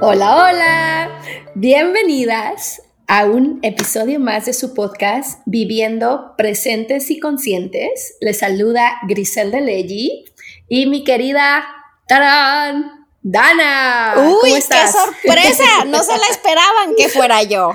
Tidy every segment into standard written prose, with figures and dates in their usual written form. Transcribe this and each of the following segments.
Hola, hola. Bienvenidas a un episodio más de su podcast Viviendo Presentes y Conscientes. Les saluda Griselda Leggi y mi querida ¡tarán! Dana. ¡Uy, ¿Cómo estás? qué sorpresa! No se la esperaban que fuera yo.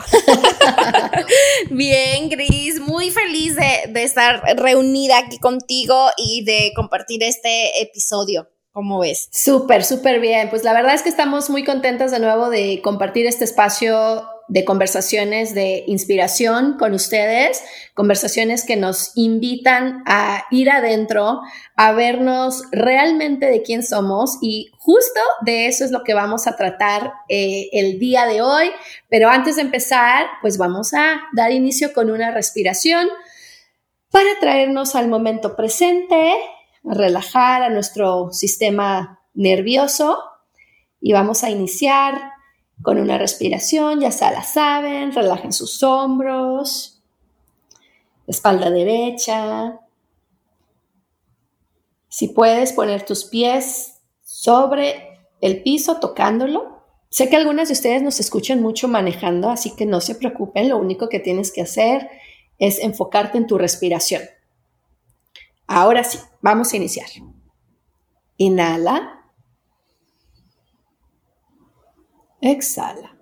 Bien, Gris, muy feliz de estar reunida aquí contigo y de compartir este episodio. ¿Cómo ves? Súper bien. Pues la verdad es que estamos muy contentas de nuevo de compartir este espacio de conversaciones de inspiración con ustedes, conversaciones que nos invitan a ir adentro, a vernos realmente de quién somos, y justo de eso es lo que vamos a tratar el día de hoy. Pero antes de empezar, pues vamos a dar inicio con una respiración para traernos al momento presente, a relajar a nuestro sistema nervioso, y vamos a iniciar con una respiración. Ya se la saben, relajen sus hombros, espalda derecha. Si puedes poner tus pies sobre el piso tocándolo. Sé que algunas de ustedes nos escuchan mucho manejando, así que no se preocupen, lo único que tienes que hacer es enfocarte en tu respiración. Ahora sí, vamos a iniciar. Inhala. Exhala.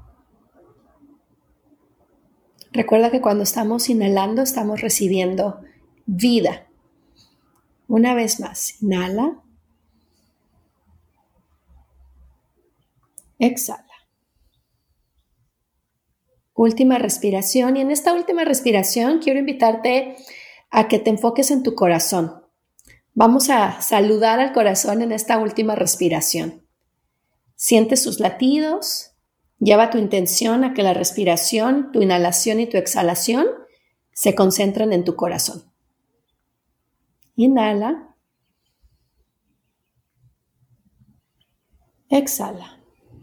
Recuerda que cuando estamos inhalando, estamos recibiendo vida. Una vez más, inhala. Exhala. Última respiración. Y en esta última respiración quiero invitarte a que te enfoques en tu corazón. Vamos a saludar al corazón en esta última respiración. Siente sus latidos. Lleva tu intención a que la respiración, tu inhalación y tu exhalación se concentren en tu corazón. Inhala. Exhala.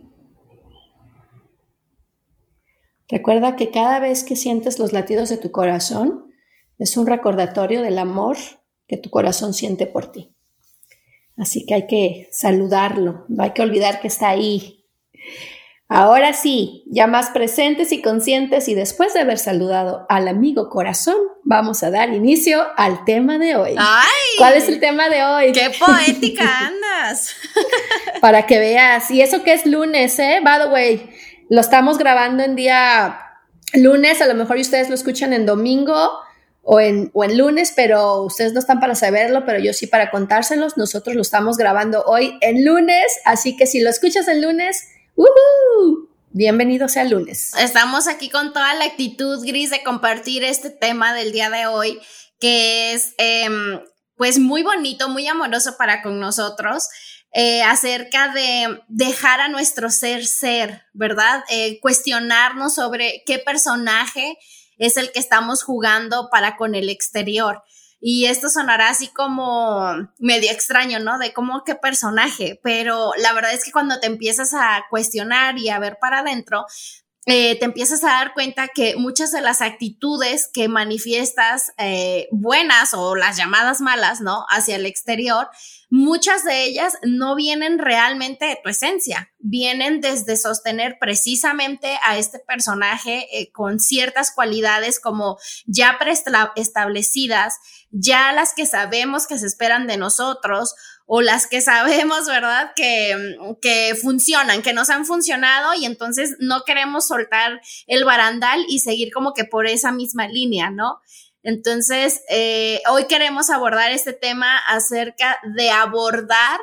Recuerda que cada vez que sientes los latidos de tu corazón, es un recordatorio del amor que tu corazón siente por ti. Así que hay que saludarlo, no hay que olvidar que está ahí. Ahora sí, ya más presentes y conscientes, y después de haber saludado al amigo corazón, vamos a dar inicio al tema de hoy. ¡Ay! ¿Cuál es el tema de hoy? ¡Qué poética andas! Para que veas. Y eso que es lunes, by the way, lo estamos grabando en día lunes, a lo mejor ustedes lo escuchan en domingo o en lunes, pero ustedes no están para saberlo, pero yo sí para contárselos. Nosotros lo estamos grabando hoy en lunes, así que si lo escuchas el lunes, ¡woohoo! Bienvenido sea el lunes. Estamos aquí con toda la actitud, Gris, de compartir este tema del día de hoy, que es pues muy bonito, muy amoroso para con nosotros, acerca de dejar a nuestro ser, ¿verdad? Cuestionarnos sobre qué personaje es el que estamos jugando para con el exterior. Y esto sonará así como medio extraño, ¿no? De cómo qué personaje, pero la verdad es que cuando te empiezas a cuestionar y a ver para adentro, te empiezas a dar cuenta que muchas de las actitudes que manifiestas buenas o las llamadas malas, ¿no? Hacia el exterior, muchas de ellas no vienen realmente de tu esencia, vienen desde sostener precisamente a este personaje con ciertas cualidades como ya preestablecidas, ya las que sabemos que se esperan de nosotros, o las que sabemos, ¿verdad? Que funcionan, que nos han funcionado, y entonces no queremos soltar el barandal y seguir como que por esa misma línea, ¿no? Entonces, hoy queremos abordar este tema acerca de abordar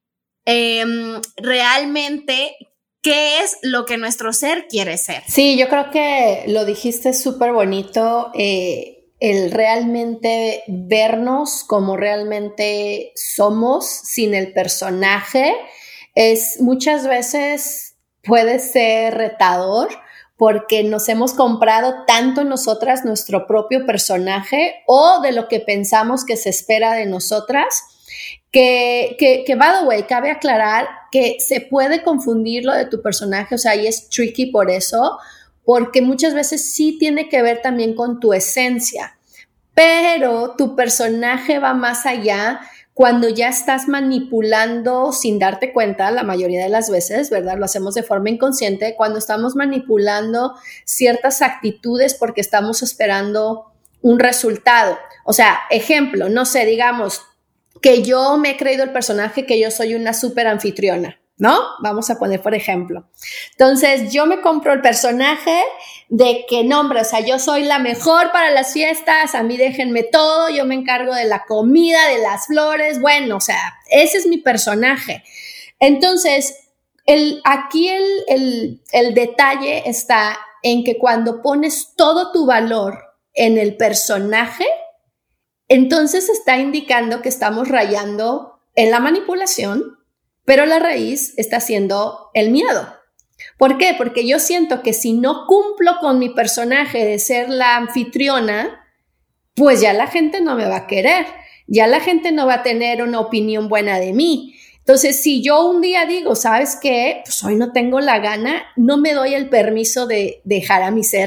realmente qué es lo que nuestro ser quiere ser. Sí, yo creo que lo dijiste súper bonito, el realmente vernos como realmente somos sin el personaje es muchas veces puede ser retador porque nos hemos comprado tanto nosotras nuestro propio personaje o de lo que pensamos que se espera de nosotras que by the way, cabe aclarar que se puede confundir lo de tu personaje, o sea, y es tricky por eso, porque muchas veces sí tiene que ver también con tu esencia, pero tu personaje va más allá cuando ya estás manipulando sin darte cuenta, la mayoría de las veces, ¿verdad? Lo hacemos de forma inconsciente, cuando estamos manipulando ciertas actitudes porque estamos esperando un resultado. O sea, ejemplo, no sé, digamos que yo me he creído el personaje que yo soy una súper anfitriona, ¿no? Vamos a poner por ejemplo. Entonces, yo me compro el personaje de que, no, hombre, o sea, yo soy la mejor para las fiestas, a mí déjenme todo, yo me encargo de la comida, de las flores, o sea, ese es mi personaje. Entonces, aquí el detalle está en que cuando pones todo tu valor en el personaje, entonces está indicando que estamos rayando en la manipulación, pero la raíz está siendo el miedo. ¿Por qué? Porque yo siento que si no cumplo con mi personaje de ser la anfitriona, pues ya la gente no me va a querer, ya la gente no va a tener una opinión buena de mí. Entonces, si yo un día digo, ¿sabes qué? Pues hoy no tengo la gana, no me doy el permiso de dejar a mi ser.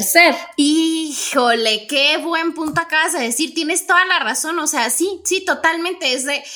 Híjole, qué buen punto acabas de decir, tienes toda la razón, o sea, sí, totalmente, es de...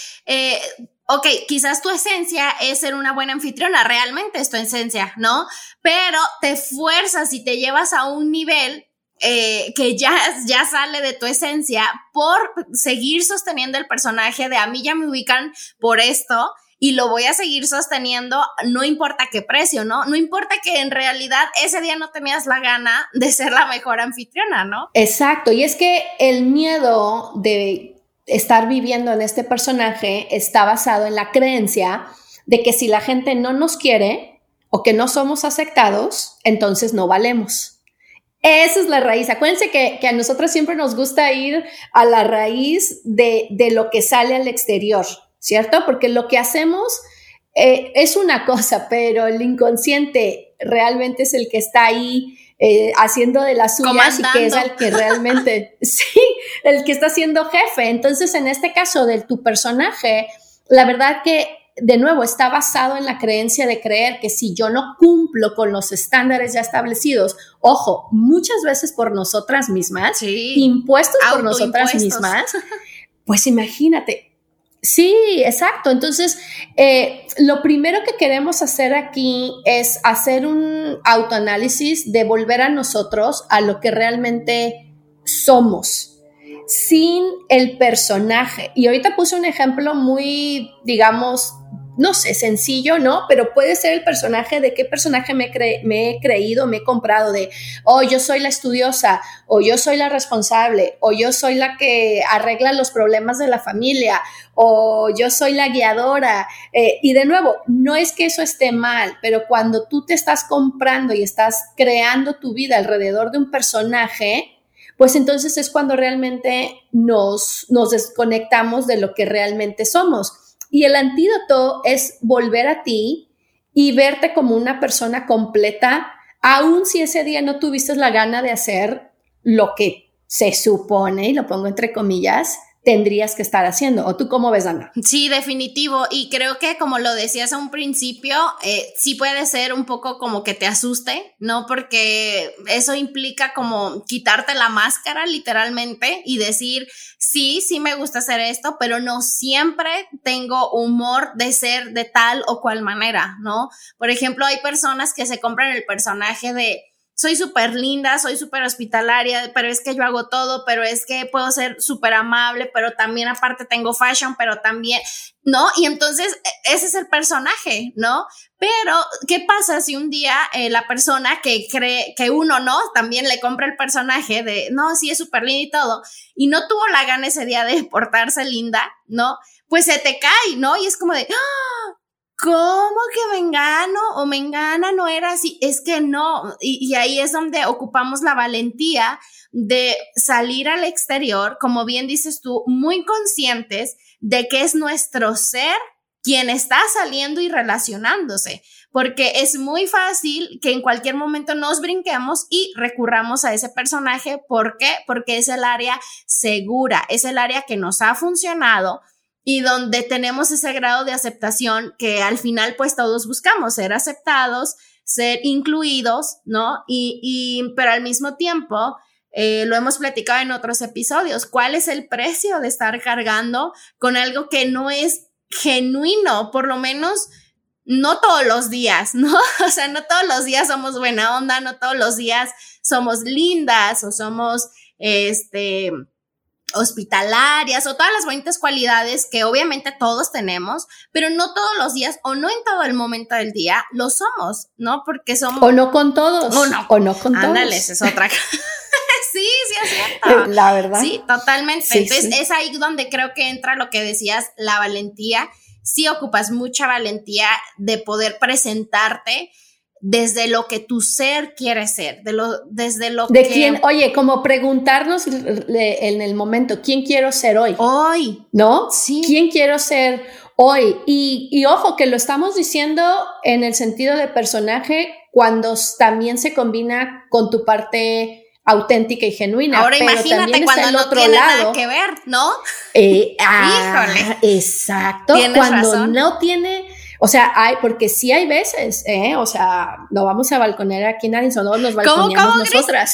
Ok, quizás tu esencia es ser una buena anfitriona, realmente es tu esencia, ¿no? Pero te fuerzas y te llevas a un nivel que ya sale de tu esencia por seguir sosteniendo el personaje de a mí ya me ubican por esto y lo voy a seguir sosteniendo, no importa qué precio, ¿no? No importa que en realidad ese día no tenías la gana de ser la mejor anfitriona, ¿no? Exacto, y es que el miedo de estar viviendo en este personaje está basado en la creencia de que si la gente no nos quiere o que no somos aceptados, entonces no valemos. Esa es la raíz. Acuérdense que a nosotros siempre nos gusta ir a la raíz de lo que sale al exterior, ¿cierto? Porque lo que hacemos es una cosa, pero el inconsciente realmente es el que está ahí haciendo de las suyas y que es el que realmente, sí, el que está siendo jefe. Entonces, en este caso de tu personaje, la verdad que, de nuevo, está basado en la creencia de creer que si yo no cumplo con los estándares ya establecidos, ojo, muchas veces por nosotras mismas, sí, impuestos por nosotras mismas, pues imagínate. Sí, exacto. Entonces, lo primero que queremos hacer aquí es hacer un autoanálisis de volver a nosotros a lo que realmente somos, sin el personaje. Y ahorita puse un ejemplo muy, digamos, no sé, sencillo, ¿no? Pero puede ser el personaje de qué personaje me he creído, me he comprado de, oh, yo soy la estudiosa, o yo soy la responsable, o yo soy la que arregla los problemas de la familia, o yo soy la guiadora. Y de nuevo, no es que eso esté mal, pero cuando tú te estás comprando y estás creando tu vida alrededor de un personaje, pues entonces es cuando realmente nos desconectamos de lo que realmente somos. Y el antídoto es volver a ti y verte como una persona completa, aun si ese día no tuviste la gana de hacer lo que se supone, y lo pongo entre comillas, tendrías que estar haciendo. ¿O tú cómo ves, Ana? Sí, definitivo. Y creo que como lo decías a un principio, sí puede ser un poco como que te asuste, ¿no? Porque eso implica como quitarte la máscara literalmente y decir, sí me gusta hacer esto, pero no siempre tengo humor de ser de tal o cual manera, ¿no? Por ejemplo, hay personas que se compran el personaje de soy súper linda, soy súper hospitalaria, pero es que yo hago todo, pero es que puedo ser súper amable, pero también aparte tengo fashion, pero también, ¿no? Y entonces ese es el personaje, ¿no? Pero, ¿qué pasa si un día la persona que cree que uno, ¿no? También le compra el personaje de, no, sí es súper linda y todo, y no tuvo la gana ese día de portarse linda, ¿no? Pues se te cae, ¿no? Y es como de, ¡ah! ¿Cómo que Mengano o Mengana no era así? Es que no. Y ahí es donde ocupamos la valentía de salir al exterior, como bien dices tú, muy conscientes de que es nuestro ser quien está saliendo y relacionándose, porque es muy fácil que en cualquier momento nos brinquemos y recurramos a ese personaje. ¿Por qué? Porque es el área segura, es el área que nos ha funcionado y donde tenemos ese grado de aceptación que al final pues todos buscamos, ser aceptados, ser incluidos, ¿no? Pero al mismo tiempo lo hemos platicado en otros episodios, ¿cuál es el precio de estar cargando con algo que no es genuino? Por lo menos no todos los días, ¿no? O sea, no todos los días somos buena onda, no todos los días somos lindas o somos, hospitalarias o todas las bonitas cualidades que obviamente todos tenemos, pero no todos los días o no en todo el momento del día lo somos, ¿no? Porque somos... O no con todos. O no con todos. Ándale, esa es otra. Sí, es cierto. La verdad. Sí, totalmente. Sí, entonces, sí. es ahí donde creo que entra lo que decías, la valentía. Sí ocupas mucha valentía de poder presentarte desde lo que tu ser quiere ser, desde lo de que... quién, oye, como preguntarnos en el momento, ¿quién quiero ser hoy? Hoy. ¿No? Sí. ¿Quién quiero ser hoy? Y ojo, que lo estamos diciendo en el sentido de personaje cuando también se combina con tu parte auténtica y genuina. Ahora pero imagínate cuando no tiene nada que ver, ¿no? Híjole. Exacto. Tienes cuando razón. No tiene... O sea, porque sí hay veces, o sea, no vamos a balconear aquí nadie, solo nos balconeamos nosotras.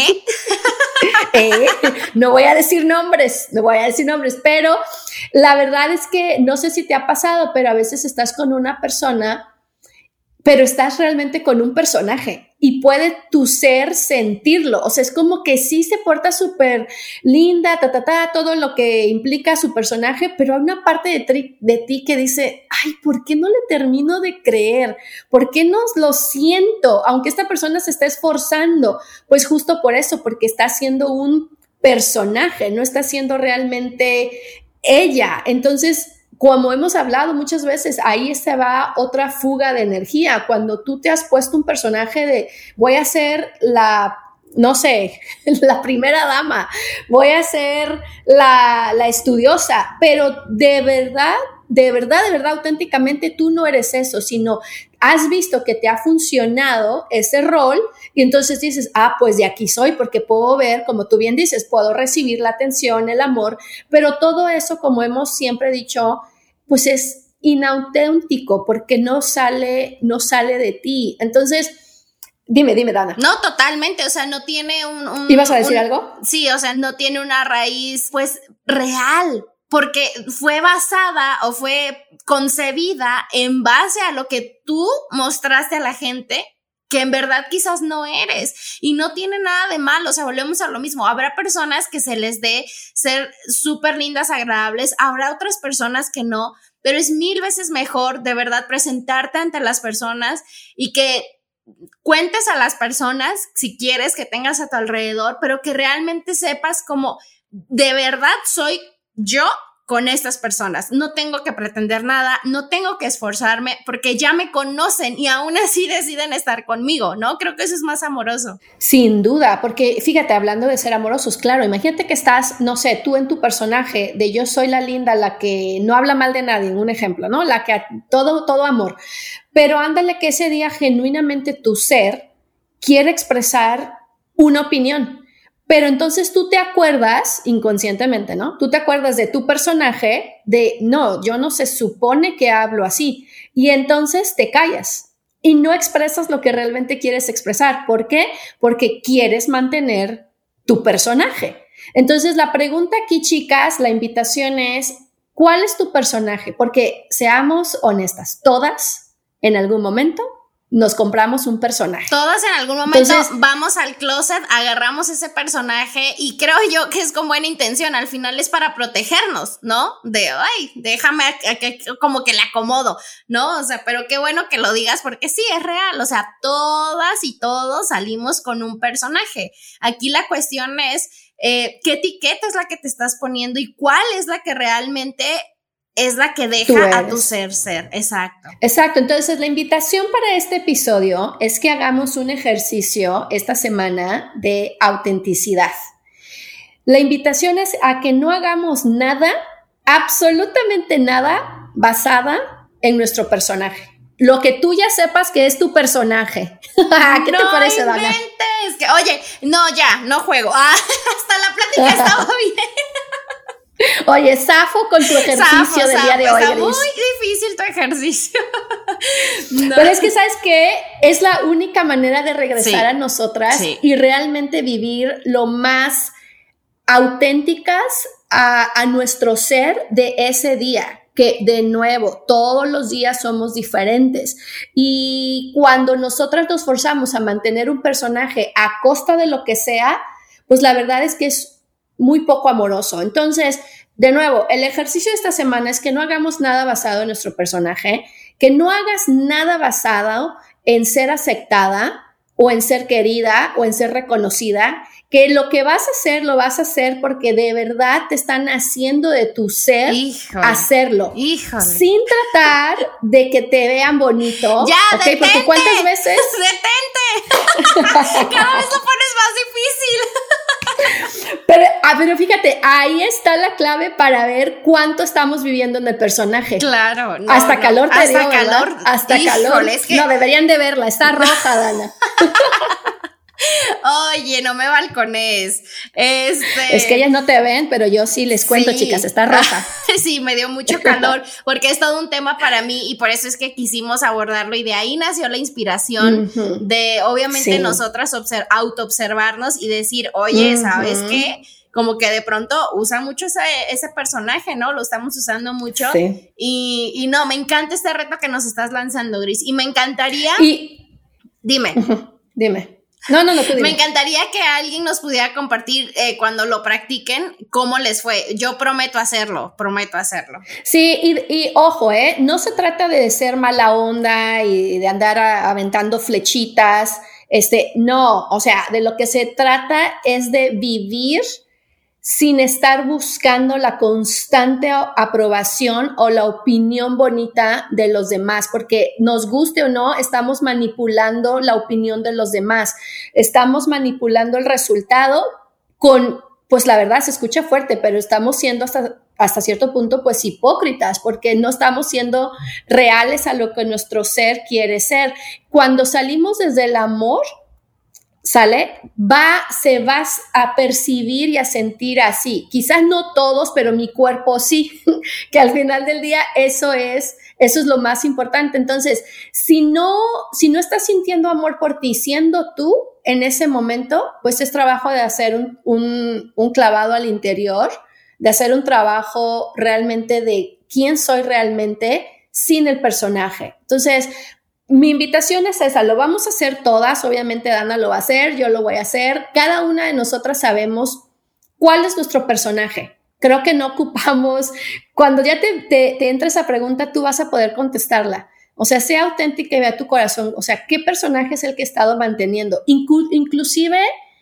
No voy a decir nombres, pero la verdad es que no sé si te ha pasado, pero a veces estás con una persona, pero estás realmente con un personaje y puede tu ser sentirlo. O sea, es como que sí se porta súper linda, todo lo que implica su personaje, pero hay una parte de ti que dice, ay, ¿por qué no le termino de creer? ¿Por qué no lo siento? Aunque esta persona se está esforzando, pues justo por eso, porque está siendo un personaje, no está siendo realmente ella. Entonces, como hemos hablado muchas veces, ahí se va otra fuga de energía. Cuando tú te has puesto un personaje de voy a ser la primera dama, voy a ser la estudiosa, pero de verdad, auténticamente tú no eres eso, sino has visto que te ha funcionado ese rol y entonces dices, pues de aquí soy porque puedo ver, como tú bien dices, puedo recibir la atención, el amor, pero todo eso, como hemos siempre dicho, pues es inauténtico porque no sale de ti. Entonces, dime, Dana. No, totalmente, o sea, no tiene un ¿Ibas a decir algo? Sí, o sea, no tiene una raíz, pues, real, porque fue basada o fue concebida en base a lo que tú mostraste a la gente que en verdad quizás no eres y no tiene nada de malo, o sea, volvemos a lo mismo, habrá personas que se les dé ser súper lindas, agradables, habrá otras personas que no, pero es 1000 veces mejor de verdad presentarte ante las personas y que cuentes a las personas si quieres que tengas a tu alrededor, pero que realmente sepas como de verdad soy yo con estas personas. No tengo que pretender nada, no tengo que esforzarme porque ya me conocen y aún así deciden estar conmigo, ¿no? Creo que eso es más amoroso. Sin duda, porque fíjate, hablando de ser amorosos, claro, imagínate que estás, no sé, tú en tu personaje de yo soy la linda, la que no habla mal de nadie, un ejemplo, ¿no? La que todo amor, pero ándale que ese día genuinamente tu ser quiere expresar una opinión. Pero entonces tú te acuerdas inconscientemente, ¿no? Tú te acuerdas de tu personaje de, no, yo no se supone que hablo así. Y entonces te callas y no expresas lo que realmente quieres expresar. ¿Por qué? Porque quieres mantener tu personaje. Entonces la pregunta aquí, chicas, la invitación es, ¿cuál es tu personaje? Porque seamos honestas, todas en algún momento nos compramos un personaje. Todas en algún momento entonces, vamos al closet, agarramos ese personaje y creo yo que es con buena intención, al final es para protegernos, ¿no? De, ay, déjame como que le acomodo, ¿no? O sea, pero qué bueno que lo digas porque sí, es real, o sea, todas y todos salimos con un personaje. Aquí la cuestión es, ¿qué etiqueta es la que te estás poniendo y cuál es la que realmente es la que deja a tu ser. Exacto. Exacto. Entonces, la invitación para este episodio es que hagamos un ejercicio esta semana de autenticidad. La invitación es a que no hagamos nada, absolutamente nada, basada en nuestro personaje. Lo que tú ya sepas que es tu personaje. ¿Qué te parece, Dana? Es que, oye, no, ya, no juego. Hasta la plática estaba bien. Oye, zafo con tu ejercicio del día de hoy, está Gris. muy difícil tu ejercicio. No. Pero es que, ¿sabes qué? Es la única manera de regresar a nosotras y realmente vivir lo más auténticas a nuestro ser de ese día. Que de nuevo, todos los días somos diferentes y cuando nosotras nos forzamos a mantener un personaje a costa de lo que sea, pues la verdad es que es muy poco amoroso. Entonces, de nuevo, el ejercicio de esta semana es que no hagamos nada basado en nuestro personaje, que no hagas nada basado en ser aceptada o en ser querida o en ser reconocida, que lo que vas a hacer, lo vas a hacer porque de verdad te están haciendo de tu ser hacerlo. Sin tratar de que te vean bonito. Ya, ¿okay? Porque ¿cuántas veces? ¡Detente! Cada vez lo pones más difícil. Pero fíjate, ahí está la clave para ver cuánto estamos viviendo en el personaje. Claro. No, hasta calor te dio, calor. ¿verdad? Hasta calor. Es que... No, deberían de verla. Está roja, Dana. Oye, no me balcones. Es que ellas no te ven, pero yo sí les cuento, chicas, está roja. Sí, me dio mucho calor porque es todo un tema para mí y por eso es que quisimos abordarlo y de ahí nació la inspiración de, obviamente, nosotras autoobservarnos y decir, oye, ¿sabes qué? Como que de pronto usan mucho ese personaje, ¿no? Lo estamos usando mucho. Sí. Y no, me encanta este reto que nos estás lanzando, Gris. Y me encantaría... Dime. Dime. No, tú dime. Me encantaría que alguien nos pudiera compartir cuando lo practiquen, cómo les fue. Yo prometo hacerlo. Sí, y ojo, no se trata de ser mala onda y de andar aventando flechitas, no, o sea, de lo que se trata es de vivir sin estar buscando la constante aprobación o la opinión bonita de los demás, porque nos guste o no, estamos manipulando la opinión de los demás, estamos manipulando el resultado con, pues la verdad se escucha fuerte, pero estamos siendo hasta cierto punto pues hipócritas, porque no estamos siendo reales a lo que nuestro ser quiere ser. Cuando salimos desde el amor, se va a percibir y a sentir así. Quizás no todos, pero mi cuerpo sí, que al final del día eso es lo más importante. Entonces, si no estás sintiendo amor por ti, siendo tú en ese momento, pues es trabajo de hacer un clavado al interior, de hacer un trabajo realmente de quién soy realmente sin el personaje. Entonces, mi invitación es esa, lo vamos a hacer todas, obviamente Dana lo va a hacer, yo lo voy a hacer, cada una de nosotras sabemos cuál es nuestro personaje. Creo que no ocupamos, cuando ya te entra esa pregunta, tú vas a poder contestarla. O sea, sea auténtica y vea tu corazón, o sea, ¿qué personaje es el que he estado manteniendo? Inclusive,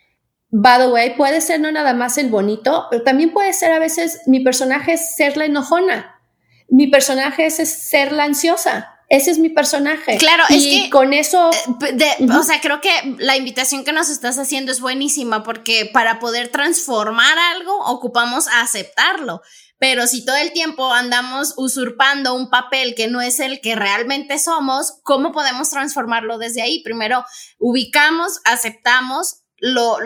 by the way, puede ser no nada más el bonito, pero también puede ser a veces, mi personaje es ser la enojona, mi personaje es ser la ansiosa. Ese es mi personaje. Claro, y es que con eso... O sea, creo que la invitación que nos estás haciendo es buenísima porque para poder transformar algo ocupamos aceptarlo. Pero si todo el tiempo andamos usurpando un papel que no es el que realmente somos, ¿cómo podemos transformarlo desde ahí? Primero ubicamos, aceptamos, lo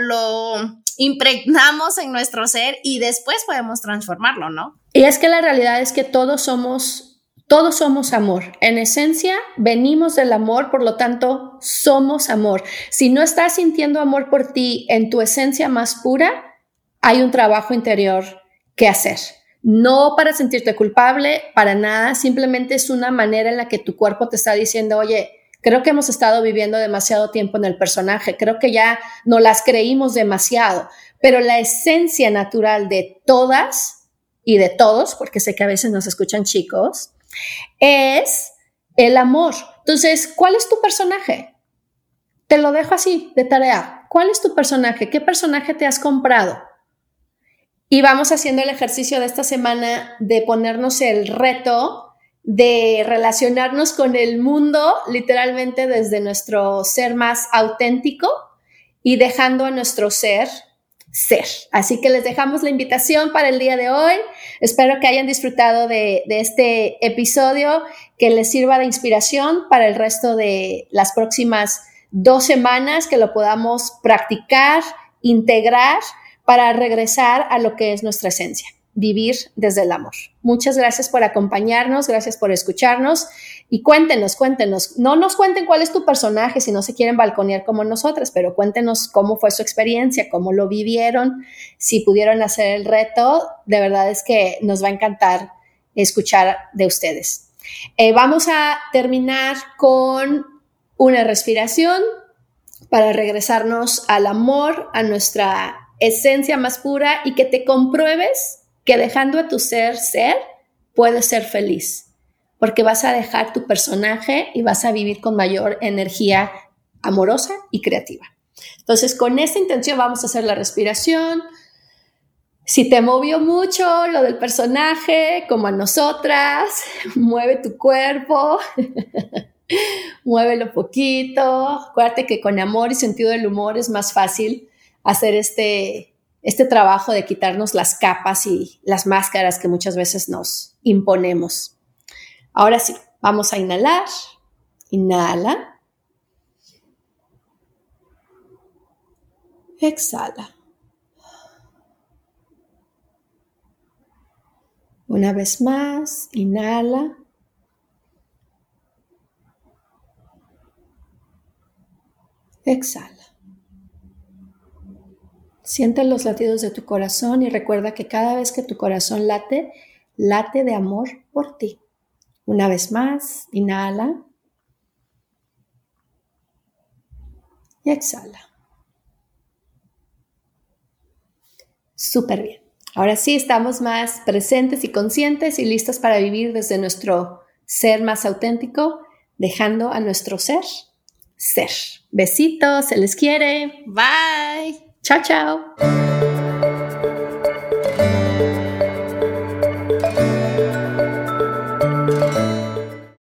impregnamos en nuestro ser y después podemos transformarlo, ¿no? Y es que la realidad es que todos somos amor. En esencia, venimos del amor, por lo tanto, somos amor. Si no estás sintiendo amor por ti en tu esencia más pura, hay un trabajo interior que hacer. No para sentirte culpable, para nada. Simplemente es una manera en la que tu cuerpo te está diciendo, oye, creo que hemos estado viviendo demasiado tiempo en el personaje. Creo que ya no las creímos demasiado. Pero la esencia natural de todas y de todos, porque sé que a veces nos escuchan chicos, es el amor. Entonces, ¿cuál es tu personaje? Te lo dejo así de tarea. ¿Cuál es tu personaje? ¿Qué personaje te has comprado? Y vamos haciendo el ejercicio de esta semana de ponernos el reto de relacionarnos con el mundo literalmente desde nuestro ser más auténtico y dejando a nuestro ser. Así que les dejamos la invitación para el día de hoy. Espero que hayan disfrutado de este episodio, que les sirva de inspiración para el resto de las próximas 2 semanas, que lo podamos practicar, integrar para regresar a lo que es nuestra esencia. vivir desde el amor. Muchas gracias por acompañarnos, gracias por escucharnos y cuéntenos. No nos cuenten cuál es tu personaje si no se quieren balconear como nosotras, pero cuéntenos cómo fue su experiencia, cómo lo vivieron, si pudieron hacer el reto. De verdad es que nos va a encantar escuchar de ustedes. Vamos a terminar con una respiración para regresarnos al amor, a nuestra esencia más pura y que te compruebes que dejando a tu ser, puedes ser feliz, porque vas a dejar tu personaje y vas a vivir con mayor energía amorosa y creativa. Entonces, con esta intención vamos a hacer la respiración. Si te movió mucho lo del personaje, como a nosotras, mueve tu cuerpo, muévelo poquito. Acuérdate que con amor y sentido del humor es más fácil hacer este trabajo de quitarnos las capas y las máscaras que muchas veces nos imponemos. Ahora sí, vamos a inhalar. Inhala. Exhala. Una vez más, inhala. Exhala. Siente los latidos de tu corazón y recuerda que cada vez que tu corazón late, late de amor por ti. Una vez más, inhala y exhala. Súper bien. Ahora sí estamos más presentes y conscientes y listos para vivir desde nuestro ser más auténtico, dejando a nuestro ser ser. Besitos, se les quiere. Bye. Chao, chao.